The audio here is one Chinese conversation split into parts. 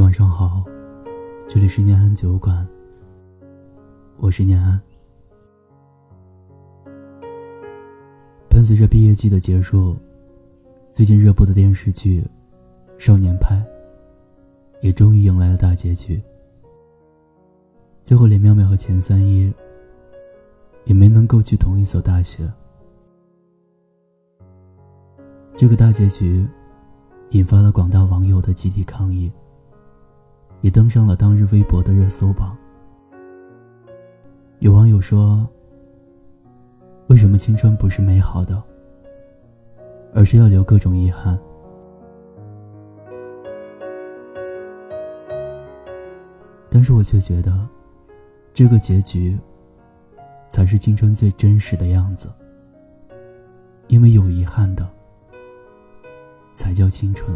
晚上好，这里是念安酒馆，我是念安。伴随着毕业季的结束，最近热播的电视剧《少年派》也终于迎来了大结局。最后连妙妙和钱三一也没能够去同一所大学。这个大结局引发了广大网友的集体抗议，也登上了当日微博的热搜榜。有网友说，为什么青春不是美好的，而是要留各种遗憾？但是我却觉得，这个结局才是青春最真实的样子，因为有遗憾的才叫青春。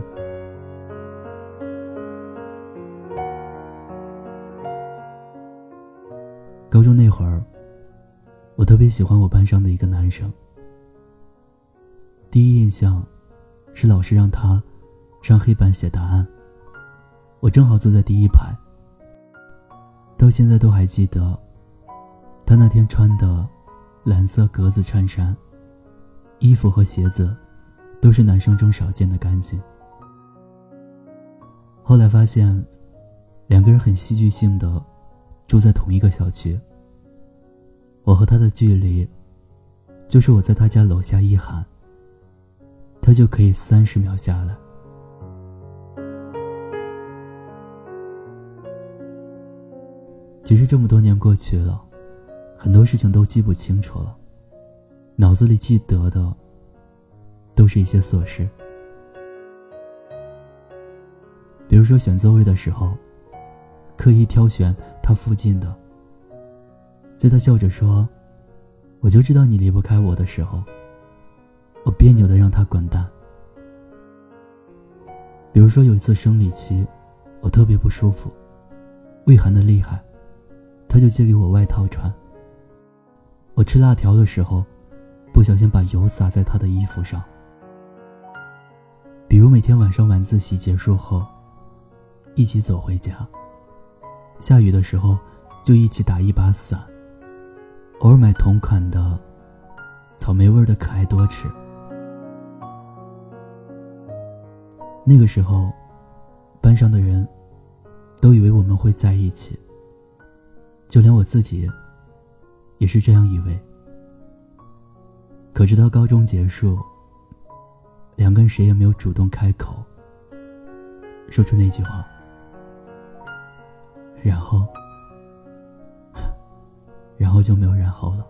高中那会儿，我特别喜欢我班上的一个男生。第一印象是老师让他上黑板写答案，我正好坐在第一排。到现在都还记得他那天穿的蓝色格子衬衫，衣服和鞋子都是男生中少见的干净。后来发现两个人很戏剧性的住在同一个小区，我和他的距离就是我在他家楼下一喊，他就可以30秒下来。其实这么多年过去了，很多事情都记不清楚了，脑子里记得的都是一些琐事。比如说选座位的时候，刻意挑选他附近的，在他笑着说我就知道你离不开我的时候，我别扭地让他滚蛋。比如说有一次生理期，我特别不舒服，胃寒得厉害，他就借给我外套穿。我吃辣条的时候，不小心把油洒在他的衣服上。比如每天晚上晚自习结束后，一起走回家，下雨的时候就一起打一把伞，偶尔买同款的草莓味的可爱多吃。那个时候班上的人都以为我们会在一起，就连我自己也是这样以为。可直到高中结束，两个人谁也没有主动开口说出那句话，然后就没有然后了。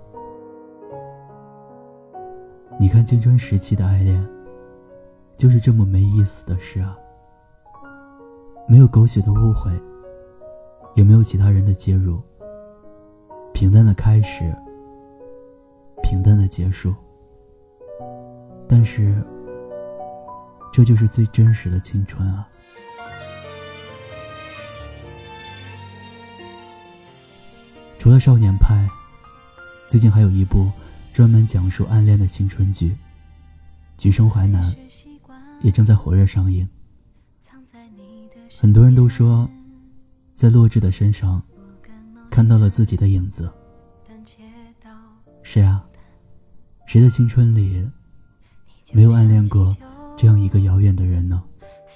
你看青春时期的爱恋就是这么没意思的事啊，没有狗血的误会，也没有其他人的介入，平淡的开始，平淡的结束。但是这就是最真实的青春啊。除了少年派，最近还有一部专门讲述暗恋的青春剧《橘生淮南》也正在火热上映。很多人都说在洛枳的身上看到了自己的影子。是啊，谁的青春里没有暗恋过这样一个遥远的人呢？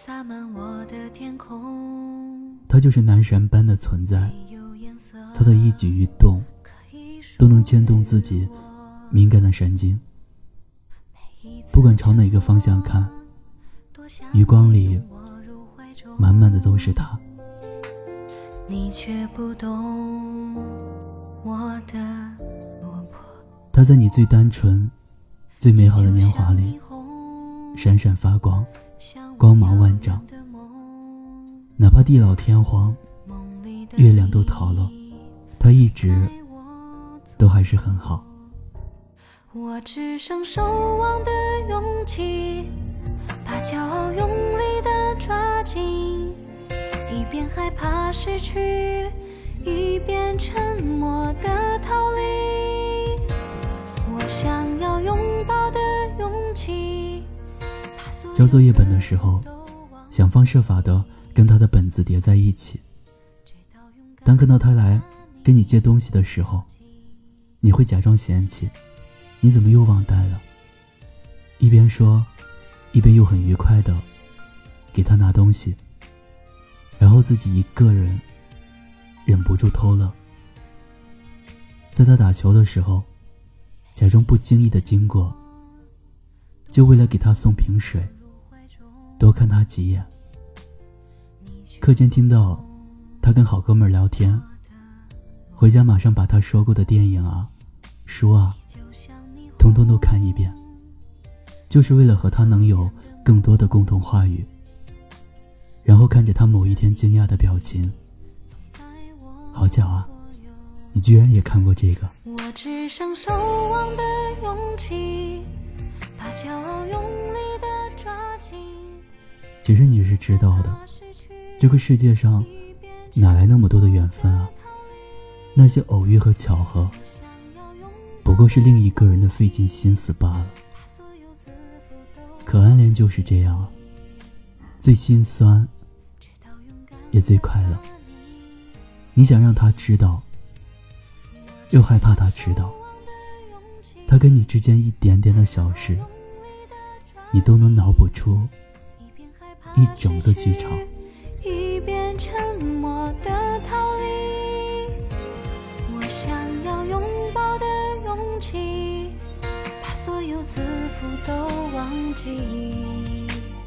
他就是男神般的存在，他的一举一动都能牵动自己敏感的神经。不管朝哪个方向看，余光里满满的都是他。 你却不懂我的落魄， 他在你最单纯最美好的年华里闪闪发光，光芒万丈。哪怕地老天荒，月亮都逃了，他一直都还是很好。 我只剩守望的勇气，把骄傲用力地抓紧，一边害怕失去，一边沉默地逃离。我想要拥抱的勇气， 交作业本的时候，想方设法地跟他的本子叠在一起。当看到他来跟你借东西的时候，你会假装嫌弃，你怎么又忘带了？一边说，一边又很愉快的给他拿东西，然后自己一个人忍不住偷乐。在他打球的时候，假装不经意的经过，就为了给他送瓶水，多看他几眼。课间听到他跟好哥们聊天，回家马上把他说过的电影啊、书啊，统统都看一遍，就是为了和他能有更多的共同话语。然后看着他某一天惊讶的表情，好巧啊，你居然也看过这个。 我只剩守望的勇气，把骄傲用力地抓紧。 其实你是知道的，这个世界上哪来那么多的缘分啊？那些偶遇和巧合，不过是另一个人的费尽心思罢了。可暗恋就是这样啊，最心酸，也最快乐。你想让他知道，又害怕他知道，他跟你之间一点点的小事，你都能脑补出一整个剧场。 一边沉默的逃离，我想要拥抱的勇气，把所有自负都忘记，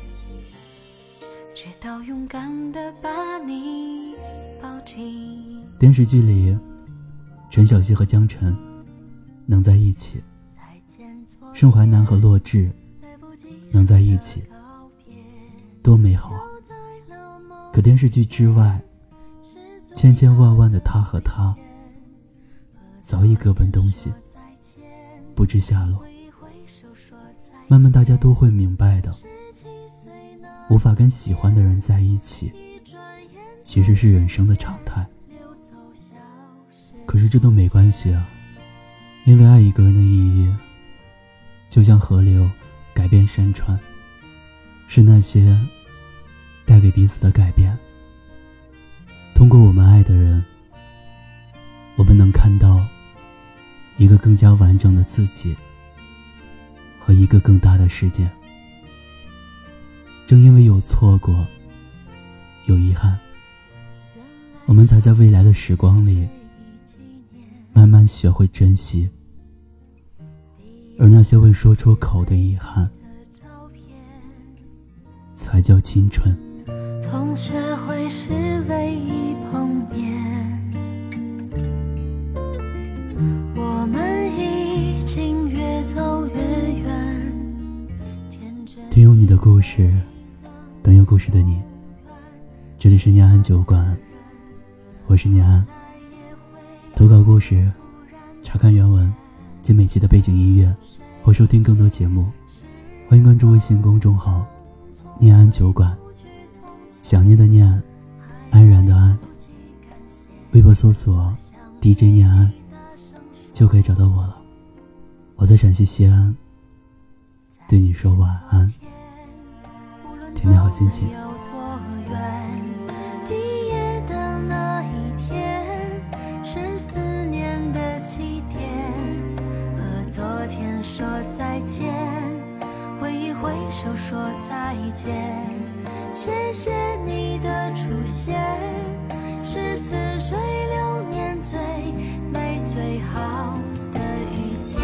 直到勇敢地把你抱紧。 电视剧里陈小希和江晨能在一起，盛淮南和洛枳能在一起，多美好啊！可电视剧之外，千千万万的他和她早已各奔东西，不知下落。慢慢大家都会明白的，无法跟喜欢的人在一起，其实是人生的常态。可是这都没关系啊，因为爱一个人的意义，就像河流改变山川，是那些带给彼此的改变。通过我们爱的人，我们能看到一个更加完整的自己和一个更大的世界。正因为有错过，有遗憾，我们才在未来的时光里慢慢学会珍惜，而那些未说出口的遗憾，才叫青春。 同学会是唯一碰面，我们已经越走越远。 听有你的故事，等有故事的你。这里是念安酒馆，我是念安。投稿故事，查看原文及每期的背景音乐，或收听更多节目，欢迎关注微信公众号念安酒馆，想念的念，安然的安。微博搜索 DJ 念安就可以找到我了。我在陕西西安，对你说晚安，天天好心情。 毕业的那一天是思念的起点，和昨天说再见，挥一挥手说再见。谢谢你的出现，是似水流年最美最好的遇见。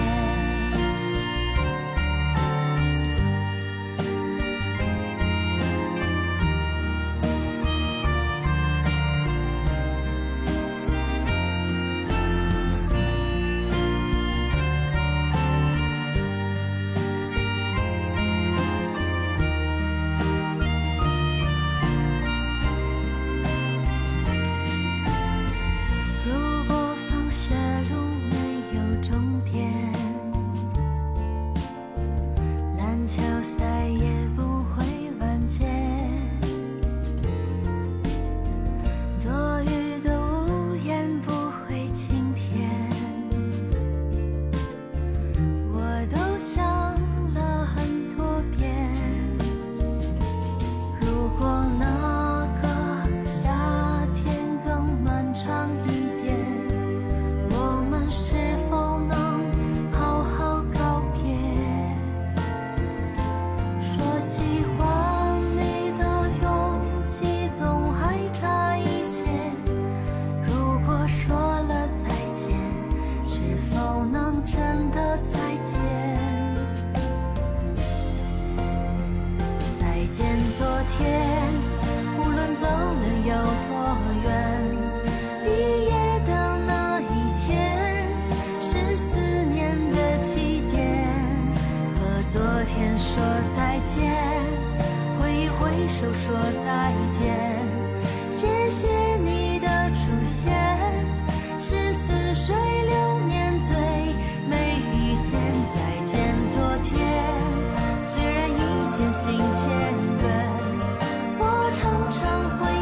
你的出现，是似水流年最没遇见，再见昨天。虽然一见心牵缘，我常常会